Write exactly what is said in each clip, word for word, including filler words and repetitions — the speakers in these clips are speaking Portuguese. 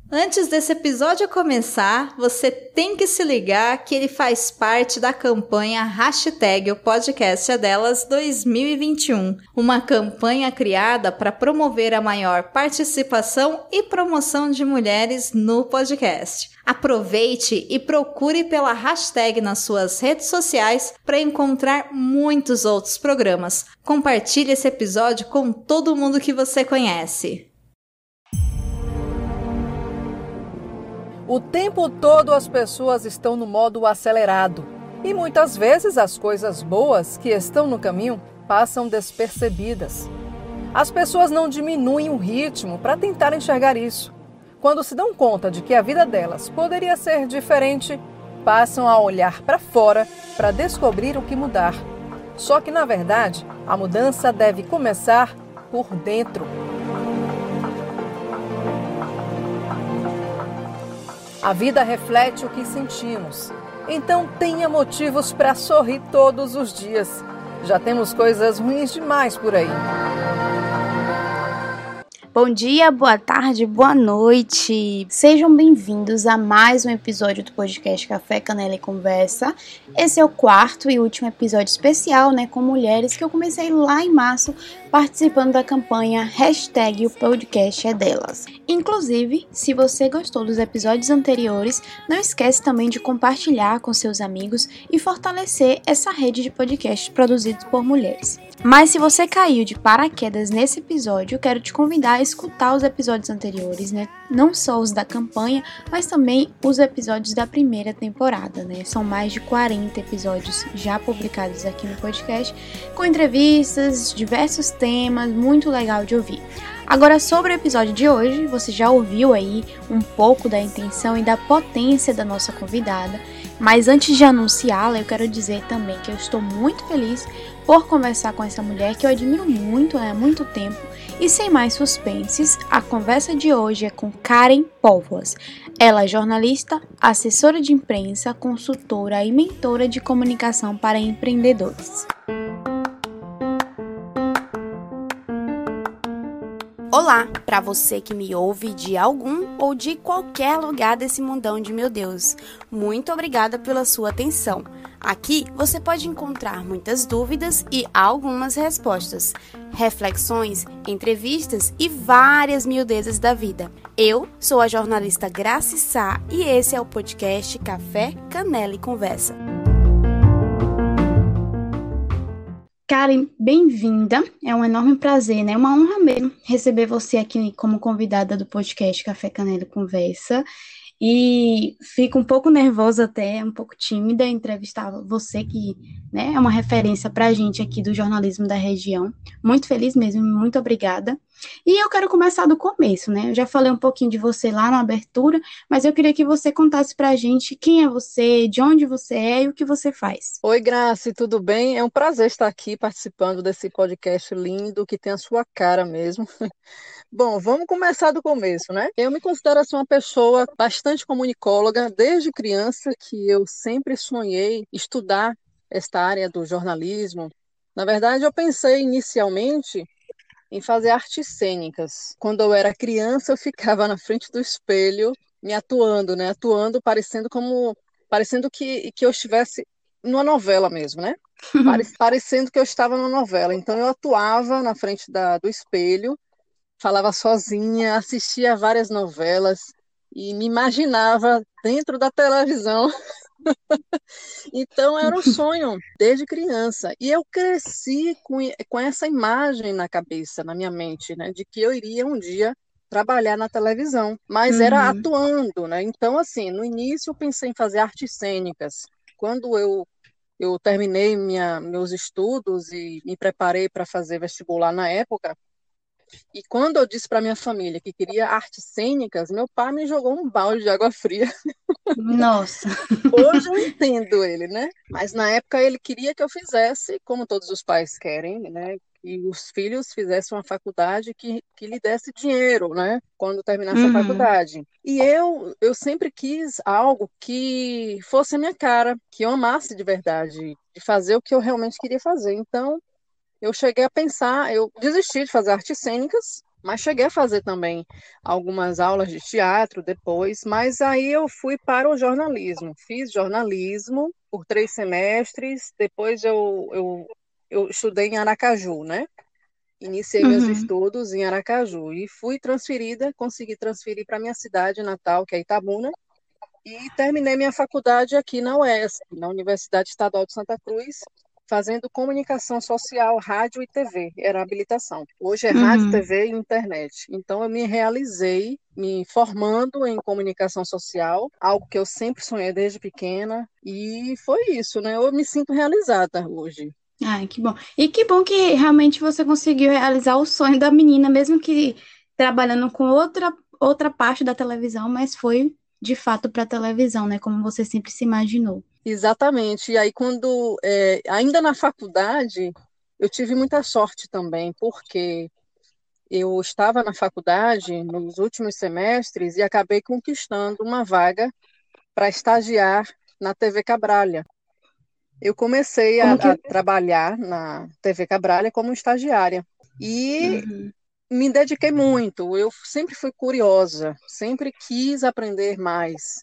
Antes desse episódio começar, você tem que se ligar que ele faz parte da campanha Hashtag o Podcast é Delas dois mil e vinte e um, uma campanha criada para promover a maior participação e promoção de mulheres no podcast. Aproveite e procure pela hashtag nas suas redes sociais para encontrar muitos outros programas. Compartilhe esse episódio com todo mundo que você conhece. O tempo todo as pessoas estão no modo acelerado e muitas vezes as coisas boas que estão no caminho passam despercebidas. As pessoas não diminuem o ritmo para tentar enxergar isso. Quando se dão conta de que a vida delas poderia ser diferente, passam a olhar para fora para descobrir o que mudar. Só que, na verdade, a mudança deve começar por dentro. A vida reflete o que sentimos, então tenha motivos para sorrir todos os dias. Já temos coisas ruins demais por aí. Bom dia, boa tarde, boa noite. Sejam bem-vindos a mais um episódio do podcast Café, Canela e Conversa. Esse é o quarto e último episódio especial, né, com mulheres, que eu comecei lá em março participando da campanha Hashtag o Podcast é Delas. Inclusive, se você gostou dos episódios anteriores, não esquece também de compartilhar com seus amigos e fortalecer essa rede de podcasts produzidos por mulheres. Mas se você caiu de paraquedas nesse episódio, eu quero te convidar a escutar os episódios anteriores, né? Não só os da campanha, mas também os episódios da primeira temporada, né? São mais de quarenta episódios já publicados aqui no podcast, com entrevistas, diversos temas, muito legal de ouvir. Agora, sobre o episódio de hoje, você já ouviu aí um pouco da intenção e da potência da nossa convidada, mas antes de anunciá-la, eu quero dizer também que eu estou muito feliz por conversar com essa mulher que eu admiro muito, né, há muito tempo. E sem mais suspenses, a conversa de hoje é com Karen Póvoas. Ela é jornalista, assessora de imprensa, consultora e mentora de comunicação para empreendedores. Olá, para você que me ouve de algum ou de qualquer lugar desse mundão de meu Deus. Muito obrigada pela sua atenção. Aqui você pode encontrar muitas dúvidas e algumas respostas, reflexões, entrevistas e várias miudezas da vida. Eu sou a jornalista Graci Sá e esse é o podcast Café, Canela e Conversa. Karen, bem-vinda. É um enorme prazer, né? Uma honra mesmo receber você aqui como convidada do podcast Café, Canela e Conversa. E fico um pouco nervosa até, um pouco tímida em entrevistar você, que, né, é uma referência para a gente aqui do jornalismo da região. Muito feliz mesmo, muito obrigada. E eu quero começar do começo, né? Eu já falei um pouquinho de você lá na abertura, mas eu queria que você contasse para a gente quem é você, de onde você é e o que você faz. Oi, Graci, tudo bem? É um prazer estar aqui participando desse podcast lindo, que tem a sua cara mesmo. Bom, vamos começar do começo, né? Eu me considero assim, uma pessoa bastante comunicóloga, desde criança que eu sempre sonhei estudar esta área do jornalismo. Na verdade, eu pensei inicialmente em fazer artes cênicas. Quando eu era criança, eu ficava na frente do espelho, me atuando, né? Atuando, parecendo como, parecendo que, que eu estivesse numa novela mesmo, né? Pare- Parecendo que eu estava numa novela. Então, eu atuava na frente da, do espelho, falava sozinha, assistia várias novelas e me imaginava dentro da televisão. Então era um sonho desde criança. E eu cresci com, com essa imagem na cabeça, na minha mente, né, de que eu iria um dia trabalhar na televisão, mas era Uhum. atuando, né? Então, assim, no início eu pensei em fazer artes cênicas. Quando eu eu terminei minha, meus estudos e me preparei para fazer vestibular na época, e quando eu disse para minha família que queria artes cênicas, meu pai me jogou um balde de água fria. Nossa. Hoje eu entendo ele, né? Mas na época ele queria que eu fizesse, como todos os pais querem, né? Que os filhos fizessem uma faculdade que, que lhe desse dinheiro, né? Quando terminasse a Uhum. faculdade. E eu, eu sempre quis algo que fosse a minha cara, que eu amasse de verdade, de fazer o que eu realmente queria fazer. Então, eu cheguei a pensar, eu desisti de fazer artes cênicas Mas cheguei a fazer também algumas aulas de teatro depois, mas aí eu fui para o jornalismo. Fiz jornalismo por três semestres, depois eu, eu, eu estudei em Aracaju, né? Iniciei meus Uhum. estudos em Aracaju e fui transferida, consegui transferir para minha cidade natal, que é Itabuna, e terminei minha faculdade aqui na U E S P, na Universidade Estadual de Santa Cruz, fazendo comunicação social, rádio e T V, era habilitação. Hoje é rádio, Uhum. T V e internet. Então eu me realizei me formando em comunicação social, algo que eu sempre sonhei desde pequena, e foi isso, né? Eu me sinto realizada hoje. Ai, que bom. E que bom que realmente você conseguiu realizar o sonho da menina, mesmo que trabalhando com outra, outra parte da televisão, mas foi de fato para a televisão, né? Como você sempre se imaginou. Exatamente. E aí, quando, é, ainda na faculdade, eu tive muita sorte também, porque eu estava na faculdade nos últimos semestres e acabei conquistando uma vaga para estagiar na T V Cabralha. Eu comecei a, Como que. a trabalhar na T V Cabralha como estagiária e Uhum. me dediquei muito. Eu sempre fui curiosa, sempre quis aprender mais.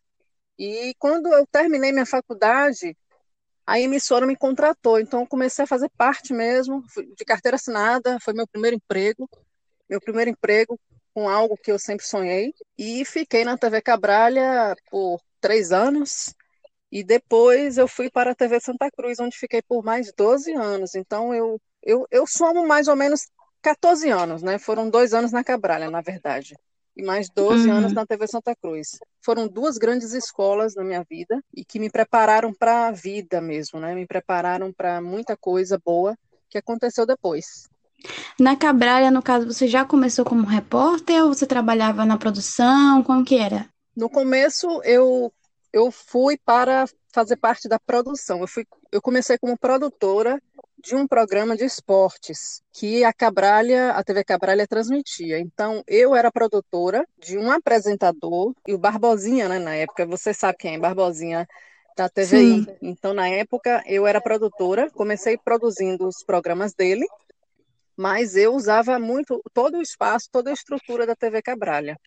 E quando eu terminei minha faculdade, a emissora me contratou, então eu comecei a fazer parte mesmo, de carteira assinada, foi meu primeiro emprego, meu primeiro emprego com algo que eu sempre sonhei, e fiquei na T V Cabralha por três anos, e depois eu fui para a T V Santa Cruz, onde fiquei por mais doze anos, então eu, eu, eu somo mais ou menos quatorze anos, né? Foram dois anos na Cabralha, na verdade, e mais doze anos Uhum. na T V Santa Cruz. Foram duas grandes escolas na minha vida e que me prepararam para a vida mesmo, né? Me prepararam para muita coisa boa que aconteceu depois. Na Cabralha, no caso, você já começou como repórter ou você trabalhava na produção? Como que era? No começo, eu, eu fui para fazer parte da produção. Eu, fui, eu comecei como produtora de um programa de esportes que a Cabralha, a T V Cabralha transmitia. Então, eu era produtora de um apresentador e o Barbosinha, né, na época, você sabe quem é, Barbosinha da T V I. Sim. Então, na época, eu era produtora, comecei produzindo os programas dele, mas eu usava muito todo o espaço, toda a estrutura da T V Cabralha.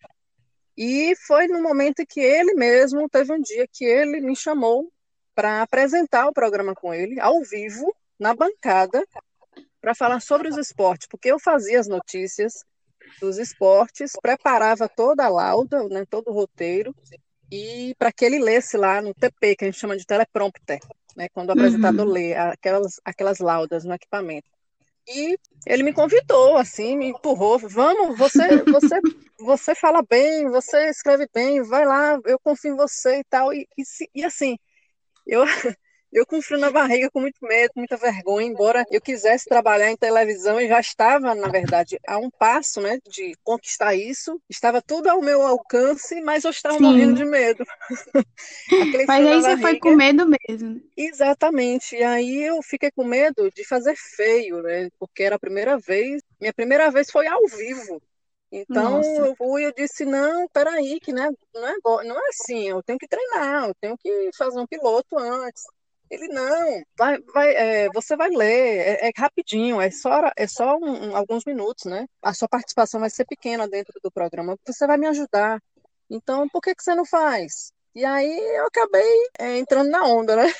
E foi no momento que ele mesmo, teve um dia que ele me chamou para apresentar o programa com ele, ao vivo, na bancada, para falar sobre os esportes, porque eu fazia as notícias dos esportes, preparava toda a lauda, né, todo o roteiro, e para que ele lesse lá no T P, que a gente chama de teleprompter, né, quando o apresentador Uhum. lê aquelas, aquelas laudas no equipamento. E ele me convidou, assim, me empurrou, vamos, você, você, você fala bem, você escreve bem, vai lá, eu confio em você e tal. E, e, se- e assim, eu, eu com frio na barriga, com muito medo, com muita vergonha, embora eu quisesse trabalhar em televisão e já estava, na verdade, a um passo, né, de conquistar isso, estava tudo ao meu alcance, mas eu estava morrendo Sim. de medo. Aquele Mas frio na aí você foi com barriga. medo mesmo. Exatamente. E aí eu fiquei com medo de fazer feio, né? Porque era a primeira vez. Minha primeira vez foi ao vivo. Então Nossa. eu fui, eu disse, não, peraí, que né, não é, go- não é assim, eu tenho que treinar, eu tenho que fazer um piloto antes. Ele, não, vai, vai, é, você vai ler, é, é rapidinho, é só, é só um- um- alguns minutos, né? A sua participação vai ser pequena dentro do programa, você vai me ajudar. Então, por que que você não faz? E aí eu acabei, é, entrando na onda, né?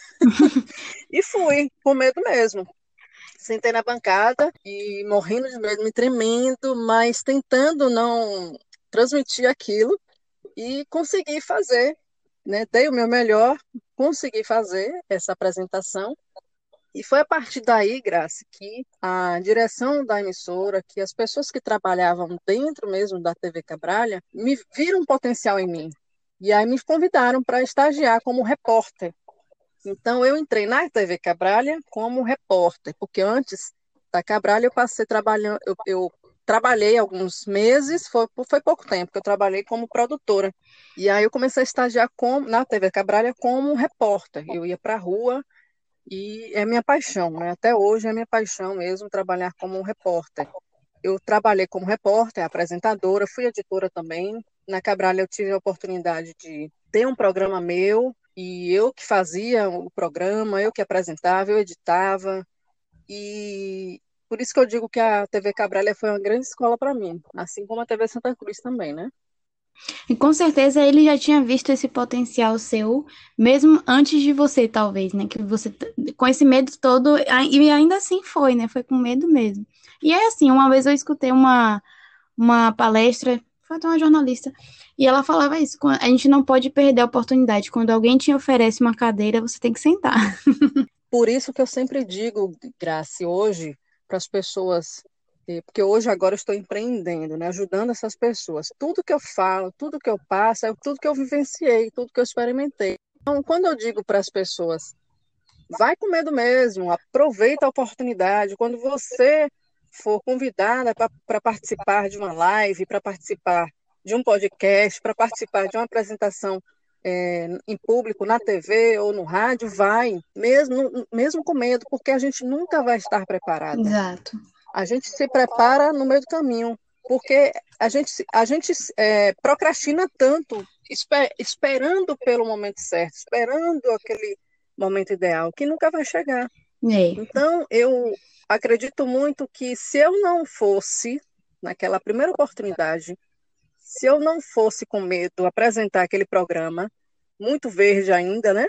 E fui, com medo mesmo. Sentei na bancada e morrendo de medo, me tremendo, mas tentando não transmitir aquilo e consegui fazer, né? Dei o meu melhor, consegui fazer essa apresentação. E foi a partir daí, Graça, que a direção da emissora, que as pessoas que trabalhavam dentro mesmo da T V Cabralha, me viram um potencial em mim. E aí me convidaram para estagiar como repórter. Então, eu entrei na T V Cabralha como repórter, porque antes da Cabralha eu passei trabalhando, eu, eu trabalhei alguns meses, foi, foi pouco tempo que eu trabalhei como produtora. E aí eu comecei a estagiar com, na T V Cabralha como repórter. Eu ia para a rua e é minha paixão, né? Até hoje é minha paixão mesmo trabalhar como repórter. Eu trabalhei como repórter, apresentadora, fui editora também. Na Cabralha eu tive a oportunidade de ter um programa meu e eu que fazia o programa, eu que apresentava, eu editava. E Por isso que eu digo que a T V Cabralha foi uma grande escola para mim, assim como a T V Santa Cruz também, né? E com certeza ele já tinha visto esse potencial seu, mesmo antes de você, talvez, né? Que você, t- com esse medo todo, a- e ainda assim foi, né? Foi com medo mesmo. E é assim, uma vez eu escutei uma, uma palestra, foi de uma jornalista, e ela falava isso, quan- a gente não pode perder a oportunidade. Quando alguém te oferece uma cadeira, você tem que sentar. Por isso que eu sempre digo, Grace, hoje, para as pessoas, eh, porque hoje agora eu estou empreendendo, né, ajudando essas pessoas. Tudo que eu falo, tudo que eu passo, é tudo que eu vivenciei, tudo que eu experimentei. Então, quando eu digo para as pessoas, vai com medo mesmo, aproveita a oportunidade. Quando você for convidada para participar de uma live, para participar de um podcast, para participar de uma apresentação é, em público, na T V ou no rádio, vai, mesmo, mesmo com medo, porque a gente nunca vai estar preparada. Exato. A gente se prepara no meio do caminho, porque a gente, se- a gente é, procrastina tanto, espe- esperando pelo momento certo, esperando aquele momento ideal, que nunca vai chegar. É, Então, eu acredito muito que se eu não fosse, naquela primeira oportunidade, se eu não fosse com medo apresentar aquele programa, muito verde ainda, né?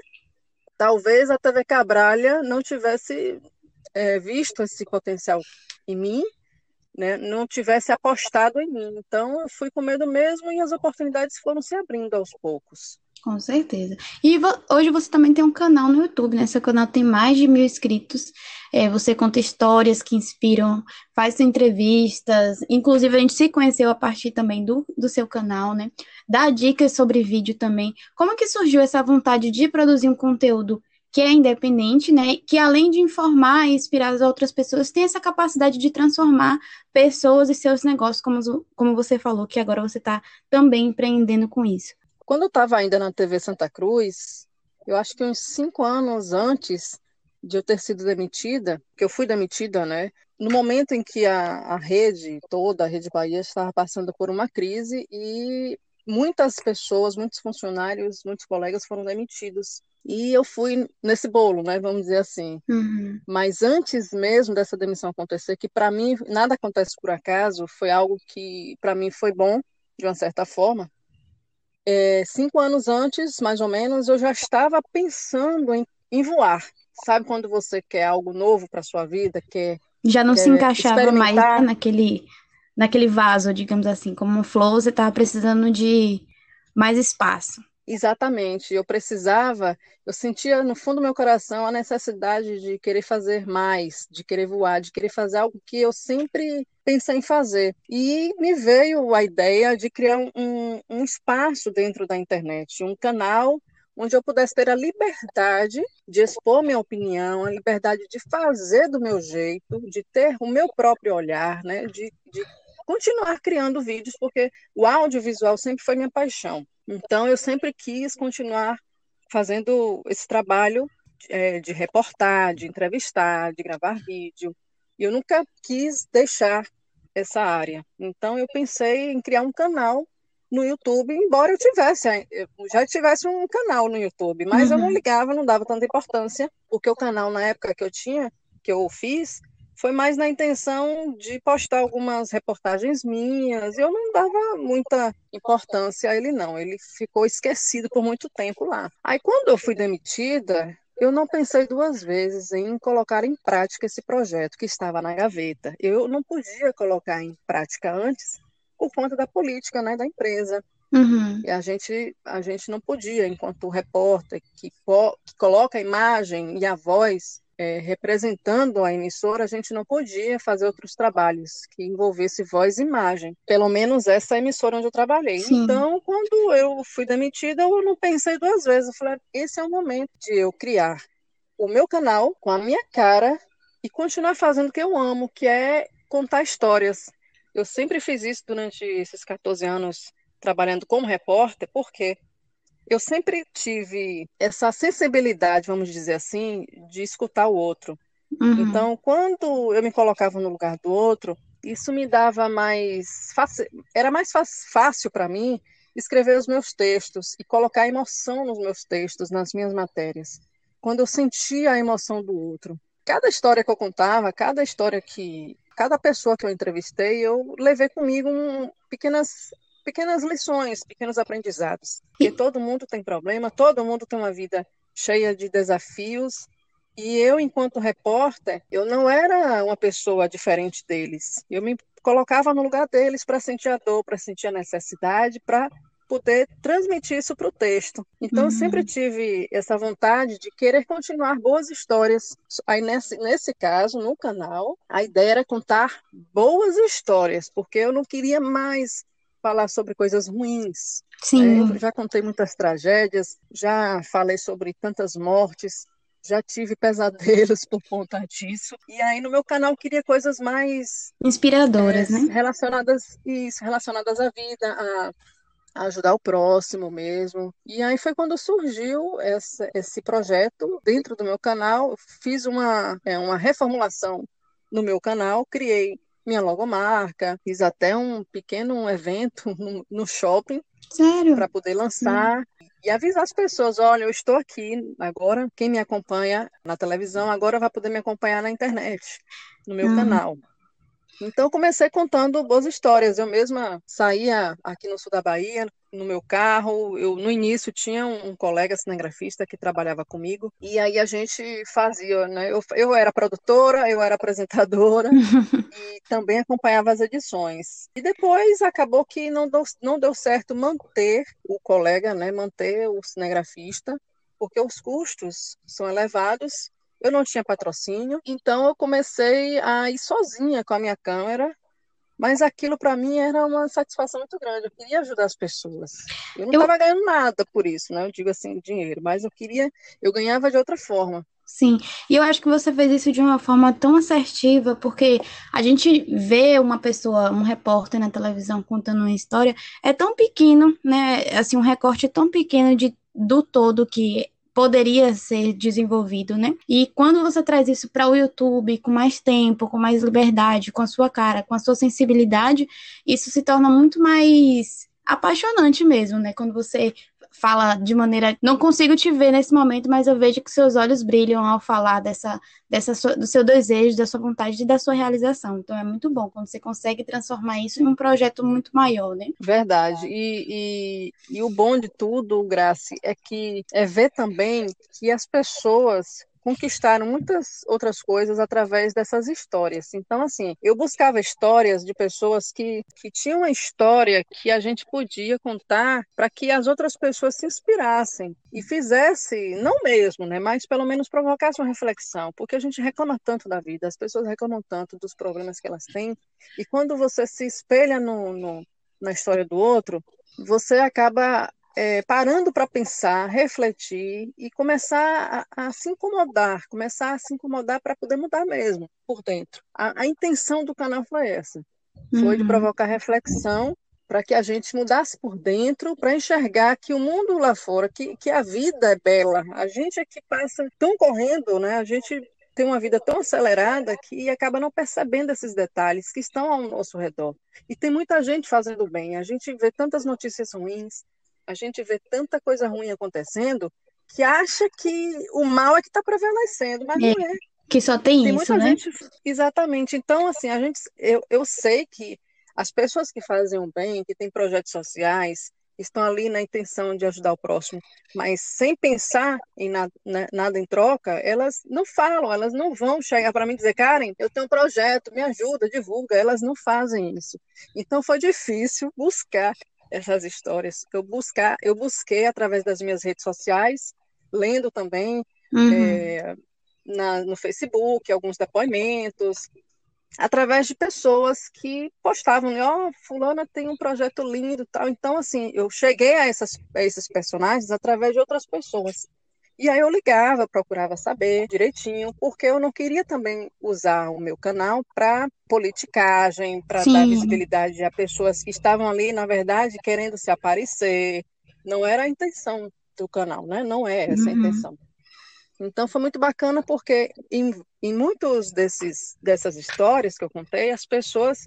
Talvez a T V Cabralha não tivesse é, visto esse potencial em mim, né? Não tivesse apostado em mim. Então, eu fui com medo mesmo e as oportunidades foram se abrindo aos poucos. com certeza. E vo- hoje você também tem um canal no YouTube, né? Seu canal tem mais de mil inscritos. É, você conta histórias que inspiram, faz entrevistas. Inclusive, a gente se conheceu a partir também do, do seu canal, né? Dá dicas sobre vídeo também. Como que surgiu essa vontade de produzir um conteúdo que é independente, né? Que além de informar e inspirar as outras pessoas, tem essa capacidade de transformar pessoas e seus negócios, como, como você falou, que agora você está também empreendendo com isso. Quando eu estava ainda na T V Santa Cruz, eu acho que uns cinco anos antes de eu ter sido demitida, que eu fui demitida, né? No momento em que a, a rede toda, a Rede Bahia, estava passando por uma crise e muitas pessoas, muitos funcionários, muitos colegas foram demitidos. E eu fui nesse bolo, né? Vamos dizer assim. Uhum. Mas antes mesmo dessa demissão acontecer, que para mim nada acontece por acaso, foi algo que para mim foi bom, de uma certa forma. É, cinco anos antes, mais ou menos, eu já estava pensando em, em voar. Sabe quando você quer algo novo para sua vida, quer, Já não se quer encaixava mais, né, experimentar? naquele, naquele vaso, digamos assim, como um flow, você estava precisando de mais espaço. Exatamente. Eu precisava, eu sentia no fundo do meu coração a necessidade de querer fazer mais, de querer voar, de querer fazer algo que eu sempre pensei em fazer. E me veio a ideia de criar um, um, um espaço dentro da internet, um canal onde eu pudesse ter a liberdade de expor minha opinião, a liberdade de fazer do meu jeito, de ter o meu próprio olhar, né? de, de continuar criando vídeos, porque o audiovisual sempre foi minha paixão. Então, eu sempre quis continuar fazendo esse trabalho é, de reportar, de entrevistar, de gravar vídeo. E eu nunca quis deixar essa área. Então, eu pensei em criar um canal no YouTube, embora eu tivesse, eu já tivesse um canal no YouTube, mas eu não Uhum. ligava, não dava tanta importância, porque o canal na época que eu tinha, que eu fiz, foi mais na intenção de postar algumas reportagens minhas, e eu não dava muita importância a ele, não. Ele ficou esquecido por muito tempo lá. Aí, quando eu fui demitida, eu não pensei duas vezes em colocar em prática esse projeto que estava na gaveta. Eu não podia colocar em prática antes, por conta da política, né, da empresa. Uhum. E a gente, a gente não podia, enquanto repórter que, po- que coloca a imagem e a voz é, representando a emissora, a gente não podia fazer outros trabalhos que envolvesse voz e imagem. Pelo menos essa é a emissora onde eu trabalhei. Sim. Então, quando eu fui demitida, eu não pensei duas vezes. Eu falei, esse é o momento de eu criar o meu canal com a minha cara e continuar fazendo o que eu amo, que é contar histórias. Eu sempre fiz isso durante esses quatorze anos trabalhando como repórter, porque eu sempre tive essa sensibilidade, vamos dizer assim, de escutar o outro. Uhum. Então, quando eu me colocava no lugar do outro, isso me dava mais fácil, era mais fácil para mim escrever os meus textos e colocar emoção nos meus textos, nas minhas matérias. Quando eu sentia a emoção do outro. cada história que eu contava, cada história que, cada pessoa que eu entrevistei, eu levei comigo um, pequenas, pequenas lições, pequenos aprendizados. Porque todo mundo tem problema, todo mundo tem uma vida cheia de desafios. E eu, enquanto repórter, eu não era uma pessoa diferente deles. Eu me colocava no lugar deles para sentir a dor, para sentir a necessidade, para poder transmitir isso para o texto. Então, eu sempre tive essa vontade de querer continuar boas histórias. Aí, nesse, nesse caso, no canal, a ideia era contar boas histórias, porque eu não queria mais falar sobre coisas ruins. Sim. Eu já contei muitas tragédias, já falei sobre tantas mortes, já tive pesadelos por conta disso. E aí no meu canal eu queria coisas mais inspiradoras, é, né? relacionadas isso, relacionadas à vida, a, a ajudar o próximo mesmo. E aí foi quando surgiu essa, esse projeto dentro do meu canal. Fiz uma, é, uma reformulação no meu canal, criei minha logomarca, fiz até um pequeno evento no, no shopping Sério? para poder lançar e avisar as pessoas, olha, eu estou aqui agora, quem me acompanha na televisão agora vai poder me acompanhar na internet, no meu Uhum. canal. Então, eu comecei contando boas histórias. Eu mesma saía aqui no sul da Bahia, no meu carro. Eu, no início, tinha um, um colega cinegrafista que trabalhava comigo. E aí a gente fazia, né? Eu, eu era produtora, eu era apresentadora e também acompanhava as edições. E depois acabou que não deu, não deu certo manter o colega, né? Manter o cinegrafista, porque os custos são elevados. Eu não tinha patrocínio, então eu comecei a ir sozinha com a minha câmera, mas aquilo para mim era uma satisfação muito grande. Eu queria ajudar as pessoas. Eu não Eu, estava ganhando nada por isso, né? Eu digo assim, dinheiro, mas eu queria, eu ganhava de outra forma. sim, e eu acho que você fez isso de uma forma tão assertiva, porque a gente vê uma pessoa, um repórter na televisão contando uma história, é tão pequeno, né? Assim, um recorte tão pequeno de, do todo que poderia ser desenvolvido, né? E quando você traz isso para o YouTube com mais tempo, com mais liberdade, com a sua cara, com a sua sensibilidade, isso se torna muito mais apaixonante mesmo, né? Quando você fala de maneira. Não consigo te ver nesse momento, mas eu vejo que seus olhos brilham ao falar dessa, dessa sua- do seu desejo, da sua vontade e da sua realização. Então é muito bom quando você consegue transformar isso em um projeto muito maior, né? Verdade. E, e, e o bom de tudo, Grace, é que é ver também que as pessoas conquistaram muitas outras coisas através dessas histórias. Então, assim, eu buscava histórias de pessoas que, que tinham uma história que a gente podia contar para que as outras pessoas se inspirassem e fizesse, não mesmo, né, mas pelo menos provocasse uma reflexão, porque a gente reclama tanto da vida, as pessoas reclamam tanto dos problemas que elas têm, e quando você se espelha no, no na história do outro, você acaba é, parando para pensar, refletir e começar a, a se incomodar, começar a se incomodar para poder mudar mesmo por dentro. A, a intenção do canal foi essa, foi de Uhum. provocar reflexão para que a gente mudasse por dentro, para enxergar que o mundo lá fora, que, que a vida é bela. A gente é que passa tão correndo, né? A gente tem uma vida tão acelerada que acaba não percebendo esses detalhes que estão ao nosso redor. E tem muita gente fazendo bem. A gente vê tantas notícias ruins, a gente vê tanta coisa ruim acontecendo, que acha que o mal é que está prevalecendo, mas É, não é. que só tem Tem isso, muita né? gente, exatamente. Então, assim, a gente, eu, eu sei que as pessoas que fazem o bem, que têm projetos sociais, estão ali na intenção de ajudar o próximo, mas sem pensar em nada, nada em troca, elas não falam, elas não vão chegar para mim e dizer, Karen, eu tenho um projeto, me ajuda, divulga. Elas não fazem isso. Então, foi difícil buscar essas histórias. Eu, buscar, eu busquei através das minhas redes sociais, lendo também, Uhum. é, na, no Facebook, alguns depoimentos, através de pessoas que postavam, né? Ó, oh, fulana tem um projeto lindo e tal. Então, assim, eu cheguei a, essas, a esses personagens através de outras pessoas. E aí eu ligava, procurava saber direitinho, porque eu não queria também usar o meu canal para politicagem, para dar Sim. visibilidade a pessoas que estavam ali, na verdade, querendo se aparecer. Não era a intenção do canal, né? Não é essa a Uhum. intenção. Então foi muito bacana porque em, em muitos desses dessas histórias que eu contei, as pessoas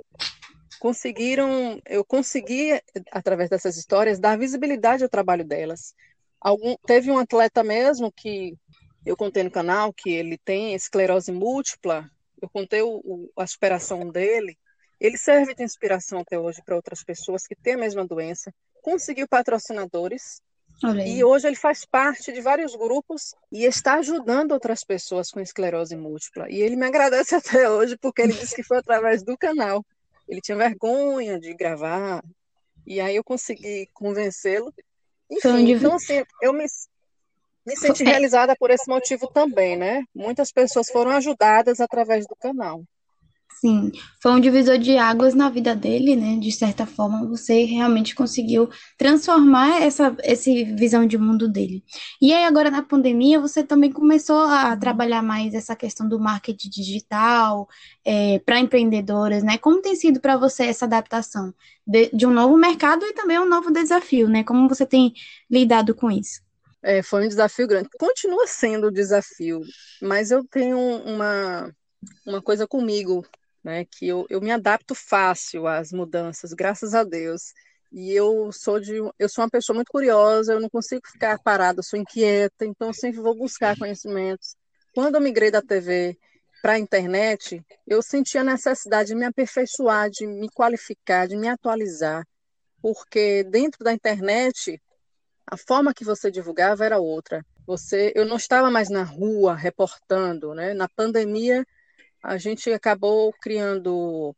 conseguiram, eu consegui através dessas histórias dar visibilidade ao trabalho delas. Algum, teve um atleta mesmo que Eu contei no canal que ele tem esclerose múltipla, eu contei o, o, a superação dele. Ele serve de inspiração até hoje para outras pessoas que têm a mesma doença. Conseguiu patrocinadores Olha e aí. hoje ele faz parte de vários grupos e está ajudando outras pessoas com esclerose múltipla. E ele me agradece até hoje porque ele disse que foi através do canal. Ele tinha vergonha de gravar e aí eu consegui convencê-lo. Foi um Enfim, divi- então assim, eu me me fo- senti é, realizada por esse motivo também, né? Muitas pessoas foram ajudadas através do canal. sim, foi um divisor de águas na vida dele, né? De certa forma, você realmente conseguiu transformar essa, essa visão de mundo dele. E aí, agora na pandemia, você também começou a trabalhar mais essa questão do marketing digital, para empreendedoras, né? Como tem sido para você essa adaptação de, de um novo mercado e também um novo desafio, né? Como você tem lidado com isso? É, foi um desafio grande. Continua sendo um desafio, mas eu tenho uma, uma coisa comigo, né? Que eu, eu me adapto fácil às mudanças, graças a Deus. E eu sou de, eu sou uma pessoa muito curiosa, eu não consigo ficar parada, eu sou inquieta, então eu sempre vou buscar conhecimentos. Quando eu migrei da T V para a internet, eu senti a necessidade de me aperfeiçoar, de me qualificar, de me atualizar, porque dentro da internet a forma que você divulgava era outra. Você, eu não estava mais na rua reportando, né? Na pandemia, a gente acabou criando,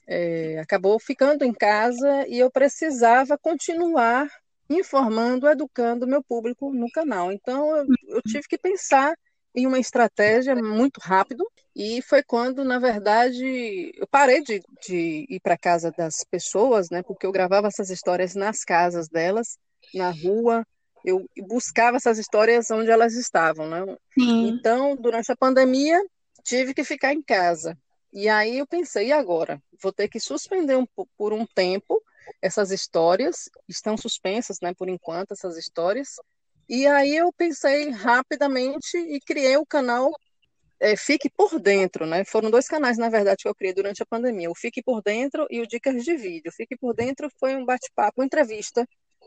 é, acabou ficando em casa e eu precisava continuar informando, educando o meu público no canal. Então, eu, eu tive que pensar em uma estratégia muito rápido e foi quando, na verdade, eu parei de, de ir para casa das pessoas, né? Porque eu gravava essas histórias nas casas delas, na rua. Eu buscava essas histórias onde elas estavam, né? Sim. Então, durante a pandemia, tive que ficar em casa. E aí eu pensei, e agora? Vou ter que suspender um, por um tempo essas histórias, estão suspensas, né, por enquanto, essas histórias. E aí eu pensei rapidamente e criei o canal é, Fique por Dentro, né? Foram dois canais, na verdade, que eu criei durante a pandemia, o Fique por Dentro e o Dicas de Vídeo. O Fique por Dentro foi um bate-papo, uma entrevista.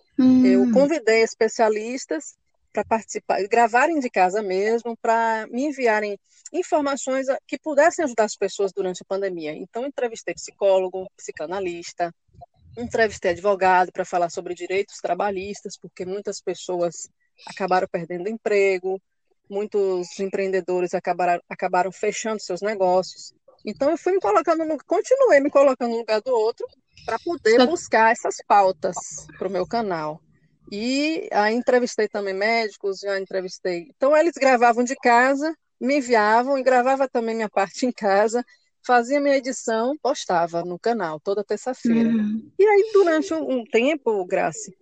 Eu Hum, convidei especialistas para participar, gravarem de casa mesmo, para me enviarem informações que pudessem ajudar as pessoas durante a pandemia. Então, entrevistei psicólogo, psicanalista, entrevistei advogado para falar sobre direitos trabalhistas, porque muitas pessoas acabaram perdendo emprego, muitos empreendedores acabaram, acabaram fechando seus negócios. Então, eu fui me colocando, no, continuei me colocando no lugar do outro para poder só- buscar essas pautas para o meu canal. E aí entrevistei também médicos, já entrevistei. Então, eles gravavam de casa, me enviavam e gravava também minha parte em casa, fazia minha edição, postava no canal toda terça-feira. uhum. E aí, durante um um tempo, Grace,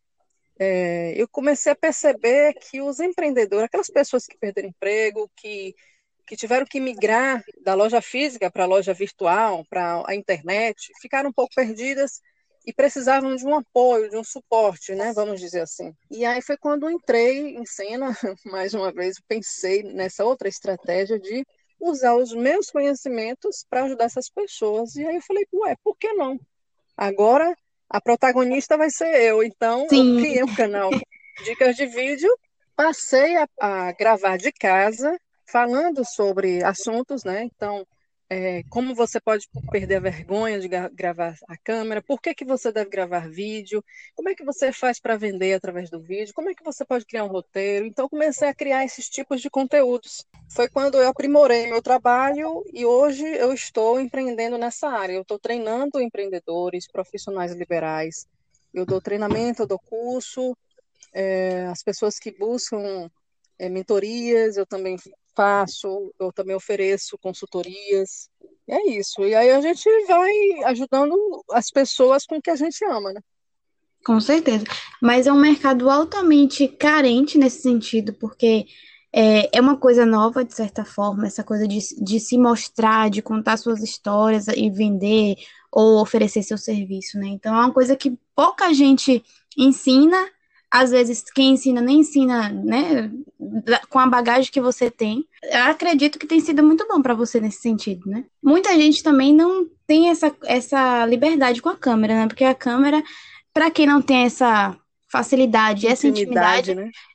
é, eu comecei a perceber que os empreendedores, aquelas pessoas que perderam emprego, que, que tiveram que migrar da loja física para a loja virtual, para a internet, ficaram um pouco perdidas e precisavam de um apoio, de um suporte, né, vamos dizer assim. E aí foi quando entrei em cena, mais uma vez, pensei nessa outra estratégia de usar os meus conhecimentos para ajudar essas pessoas. E aí eu falei, ué, por que não? Agora a protagonista vai ser eu. Então eu Sim. criei um canal Dicas de Vídeo, passei a, a gravar de casa, falando sobre assuntos, né? Então, é, como você pode perder a vergonha de gra gravar a câmera, por que que você deve gravar vídeo, como é que você faz para vender através do vídeo, como é que você pode criar um roteiro. Então, comecei a criar esses tipos de conteúdos. Foi quando eu aprimorei meu trabalho e hoje eu estou empreendendo nessa área. Eu estou treinando empreendedores, profissionais liberais. Eu dou treinamento, eu dou curso, é, as pessoas que buscam é, mentorias, eu também faço, eu também ofereço consultorias. E é isso. E aí a gente vai ajudando as pessoas com o que a gente ama, né? Com certeza. Mas é um mercado altamente carente nesse sentido, porque é, é uma coisa nova, de certa forma, essa coisa de, de se mostrar, de contar suas histórias e vender ou oferecer seu serviço, né? Então é uma coisa que pouca gente ensina, às vezes quem ensina nem ensina, né, da- com a bagagem que você tem. Eu acredito que tem sido muito bom para você nesse sentido, né? Muita gente também não tem essa, essa liberdade com a câmera, né? Porque a câmera para quem não tem essa facilidade, essa Intimidade, intimidade, né?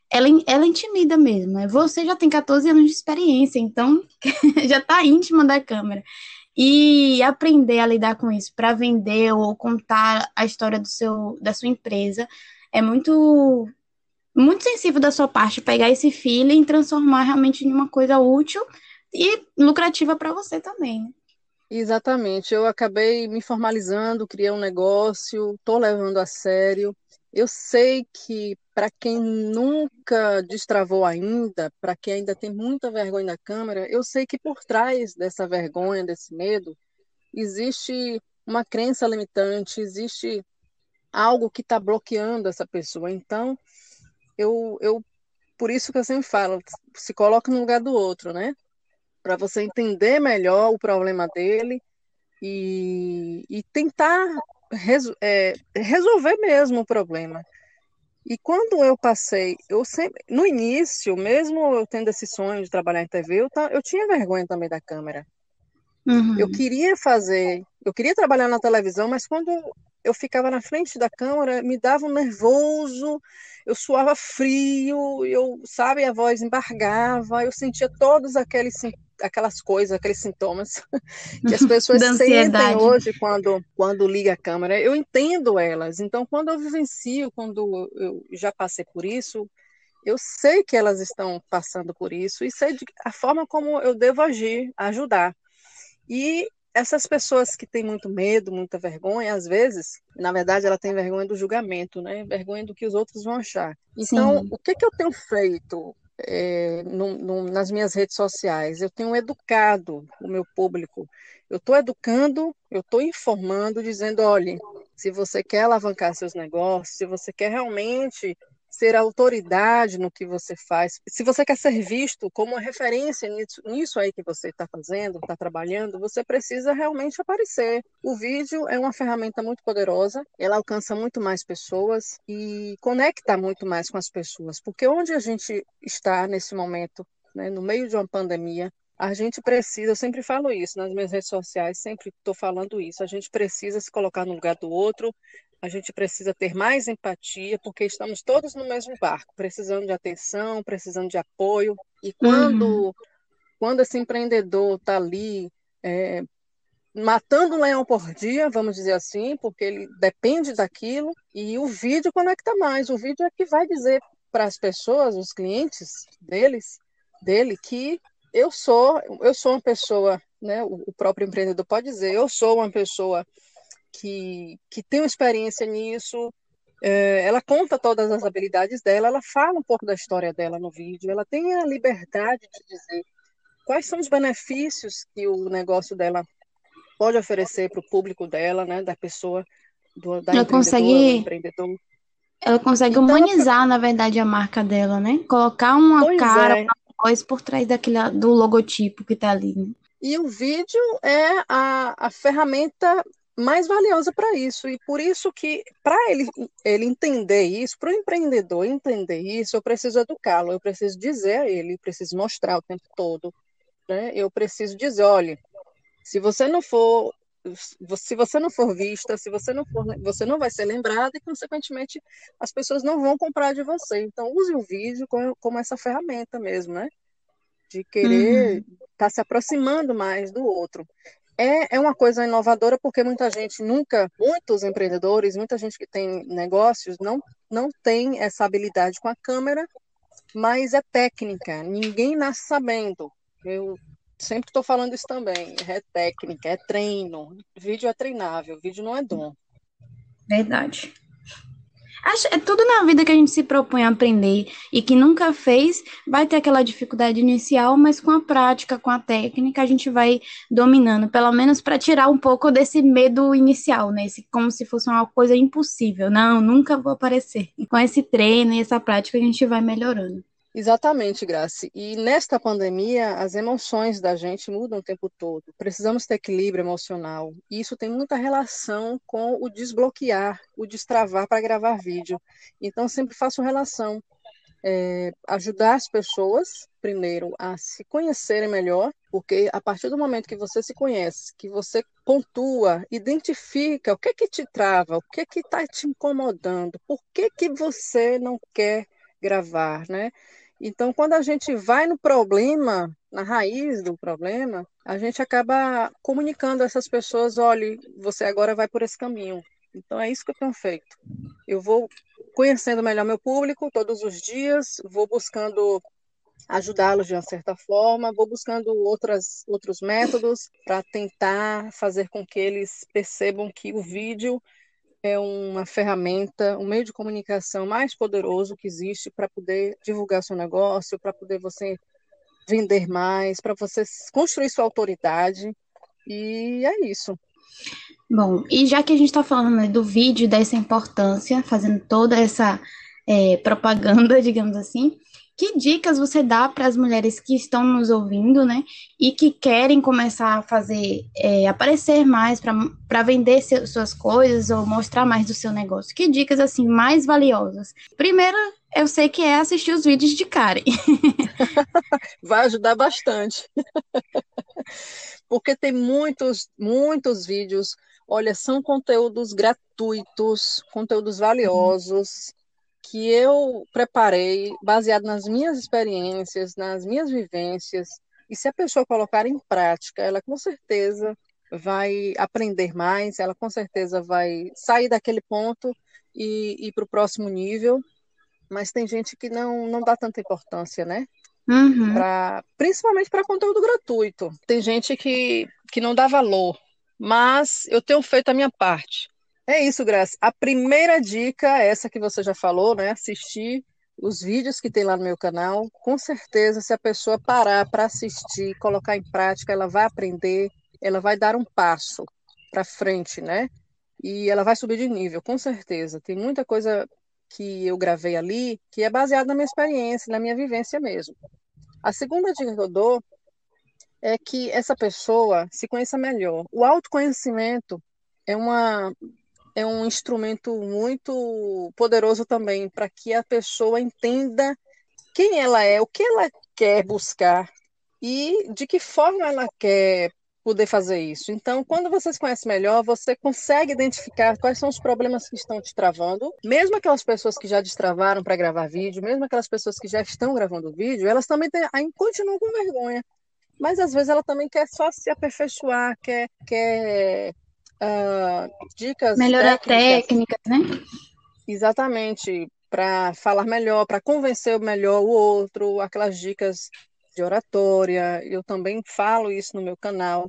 ela, ela intimida mesmo, né? Você já tem catorze anos de experiência, então já tá íntima da câmera. E aprender a lidar com isso para vender ou contar a história do seu, da sua empresa é muito, muito sensível da sua parte pegar esse feeling e transformar realmente em uma coisa útil e lucrativa para você também, né? Exatamente, eu acabei me formalizando, criei um negócio, estou levando a sério. Eu sei que para quem nunca destravou ainda, para quem ainda tem muita vergonha da câmera, eu sei que por trás dessa vergonha, desse medo, existe uma crença limitante, existe algo que está bloqueando essa pessoa. Então, eu, eu, por isso que eu sempre falo, se coloca no lugar do outro, né? Para você entender melhor o problema dele e, e tentar reso- é, resolver mesmo o problema. E quando eu passei, eu sempre, no início, mesmo eu tendo esse sonho de trabalhar em T V, eu, ta- eu tinha vergonha também da câmera. Eu Uhum. queria fazer, eu queria trabalhar na televisão, mas quando eu ficava na frente da câmera, me dava um nervoso, eu suava frio, eu, sabe, a voz embargava, eu sentia todos aqueles sin- aquelas coisas, aqueles sintomas que as pessoas Da sentem ansiedade. hoje quando, quando liga a câmera. Eu entendo elas. Então, quando eu vivencio, quando eu já passei por isso, eu sei que elas estão passando por isso e sei de, a forma como eu devo agir, ajudar. E essas pessoas que têm muito medo, muita vergonha, às vezes, na verdade, ela tem vergonha do julgamento, né? Vergonha do que os outros vão achar. Então, Sim. o que que eu tenho feito é, no- no- nas minhas redes sociais? Eu tenho educado o meu público. Eu estou educando, eu estou informando, dizendo, olhe, se você quer alavancar seus negócios, se você quer realmente ser autoridade no que você faz, se você quer ser visto como uma referência nisso, nisso aí que você está fazendo, está trabalhando, você precisa realmente aparecer. O vídeo é uma ferramenta muito poderosa, ela alcança muito mais pessoas e conecta muito mais com as pessoas, porque onde a gente está nesse momento, né, no meio de uma pandemia, a gente precisa, eu sempre falo isso nas minhas redes sociais, sempre estou falando isso, a gente precisa se colocar no lugar do outro, a gente precisa ter mais empatia, porque estamos todos no mesmo barco, precisando de atenção, precisando de apoio. E Uhum. quando, quando esse empreendedor está ali, é, matando um leão por dia, vamos dizer assim, porque ele depende daquilo, e o vídeo conecta mais. O vídeo é que vai dizer para as pessoas, os clientes deles, dele, que eu sou, eu sou uma pessoa, né, o, o próprio empreendedor pode dizer, eu sou uma pessoa que, que tem uma experiência nisso, é, ela conta todas as habilidades dela, ela fala um pouco da história dela no vídeo, ela tem a liberdade de dizer quais são os benefícios que o negócio dela pode oferecer para o público dela, né, da pessoa, do, da Ela empreendedora ou consegue, empreendedor. ela consegue Então, humanizar, na verdade, a marca dela, né? Colocar uma pois cara, é, uma voz por trás daquele, do logotipo que tá ali, né? e o vídeo é a, a ferramenta mais valiosa para isso. E por isso que, para ele, ele entender isso, para o empreendedor entender isso, eu preciso educá-lo, eu preciso dizer a ele, eu preciso mostrar o tempo todo, né? Eu preciso dizer, olha, se você não for, se você não for vista, se você não for, você não vai ser lembrada e, consequentemente, as pessoas não vão comprar de você. Então, use o vídeo como, como essa ferramenta mesmo, né? De querer Uhum. estar se aproximando mais do outro. É, é uma coisa inovadora porque muita gente nunca, muitos empreendedores, muita gente que tem negócios não, não tem essa habilidade com a câmera, mas é técnica, ninguém nasce sabendo. Eu sempre estou falando isso também, é técnica, é treino, vídeo é treinável, vídeo não é dom. Verdade. Acho, é tudo na vida que a gente se propõe a aprender e que nunca fez, vai ter aquela dificuldade inicial, mas com a prática, com a técnica, a gente vai dominando, pelo menos para tirar um pouco desse medo inicial, né? Esse, como se fosse uma coisa impossível. Não, nunca vou aparecer. E com esse treino e essa prática, a gente vai melhorando. Exatamente, Grace. E nesta pandemia, as emoções da gente mudam o tempo todo. Precisamos ter equilíbrio emocional. E isso tem muita relação com o desbloquear, o destravar para gravar vídeo. Então, sempre faço relação. É, ajudar as pessoas, primeiro, a se conhecerem melhor, porque a partir do momento que você se conhece, que você pontua, identifica o que que te trava, o que que está te incomodando, por que que você não quer gravar, né? Então, quando a gente vai no problema, na raiz do problema, a gente acaba comunicando a essas pessoas, olha, você agora vai por esse caminho. Então, é isso que eu tenho feito. Eu vou conhecendo melhor meu público todos os dias, vou buscando ajudá-los de uma certa forma, vou buscando outras, outros métodos para tentar fazer com que eles percebam que o vídeo é uma ferramenta, um meio de comunicação mais poderoso que existe para poder divulgar seu negócio, para poder você vender mais, para você construir sua autoridade. E é isso. Bom, e já que a gente está falando, né, do vídeo, dessa importância, fazendo toda essa é, propaganda, digamos assim, que dicas você dá para as mulheres que estão nos ouvindo, né, e que querem começar a fazer, é, aparecer mais para vender seu, suas coisas ou mostrar mais do seu negócio? Que dicas, assim, mais valiosas? Primeiro, eu sei que é assistir os vídeos de Karen. Vai ajudar bastante. Porque tem muitos, muitos vídeos. Olha, são conteúdos gratuitos, conteúdos valiosos, que eu preparei baseado nas minhas experiências, nas minhas vivências. E se a pessoa colocar em prática, ela com certeza vai aprender mais, ela com certeza vai sair daquele ponto e ir para o próximo nível. Mas tem gente que não, não dá tanta importância, né? Uhum. Pra, principalmente para conteúdo gratuito. Tem gente que, que não dá valor, mas eu tenho feito a minha parte. É isso, Graça. A primeira dica é essa que você já falou, né? Assistir os vídeos que tem lá no meu canal. Com certeza, se a pessoa parar para assistir, colocar em prática, ela vai aprender, ela vai dar um passo para frente, né? E ela vai subir de nível, com certeza. Tem muita coisa que eu gravei ali que é baseada na minha experiência, na minha vivência mesmo. A segunda dica que eu dou é que essa pessoa se conheça melhor. O autoconhecimento é uma é um instrumento muito poderoso também para que a pessoa entenda quem ela é, o que ela quer buscar e de que forma ela quer poder fazer isso. Então, quando você se conhece melhor, você consegue identificar quais são os problemas que estão te travando. Mesmo aquelas pessoas que já destravaram para gravar vídeo, mesmo aquelas pessoas que já estão gravando vídeo, elas também têm, ainda continuam com vergonha. Mas às vezes ela também quer só se aperfeiçoar, quer, quer uh, dicas Melhorar técnicas, técnicas, né? exatamente, para falar melhor, para convencer melhor o outro, aquelas dicas de oratória. Eu também falo isso no meu canal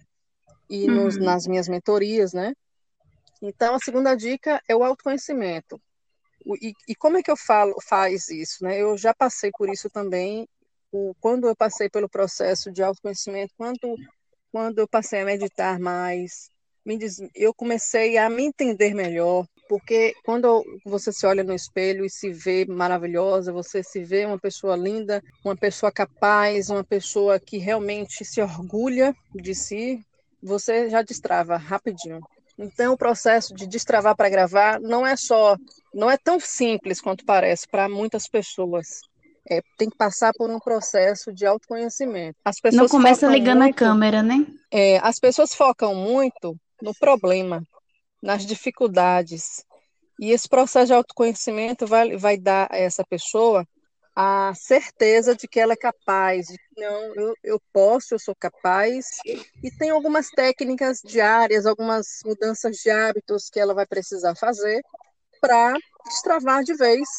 e nos, Uhum. nas minhas mentorias, né? Então, a segunda dica é o autoconhecimento. O, e, e como é que eu falo, faz isso, né? Eu já passei por isso também, o, quando eu passei pelo processo de autoconhecimento, quando, quando eu passei a meditar mais, me diz, eu comecei a me entender melhor, porque quando você se olha no espelho e se vê maravilhosa, você se vê uma pessoa linda, uma pessoa capaz, uma pessoa que realmente se orgulha de si, você já destrava rapidinho. Então, o processo de destravar para gravar não é só, não é tão simples quanto parece para muitas pessoas. É, tem que passar por um processo de autoconhecimento. As Não pessoas começa focam ligando a muito, câmera, né? é, as pessoas focam muito no problema, nas dificuldades. E esse processo de autoconhecimento vai, vai dar a essa pessoa a certeza de que ela é capaz, de que não, eu, eu posso, eu sou capaz, e tem algumas técnicas diárias, algumas mudanças de hábitos que ela vai precisar fazer para destravar de vez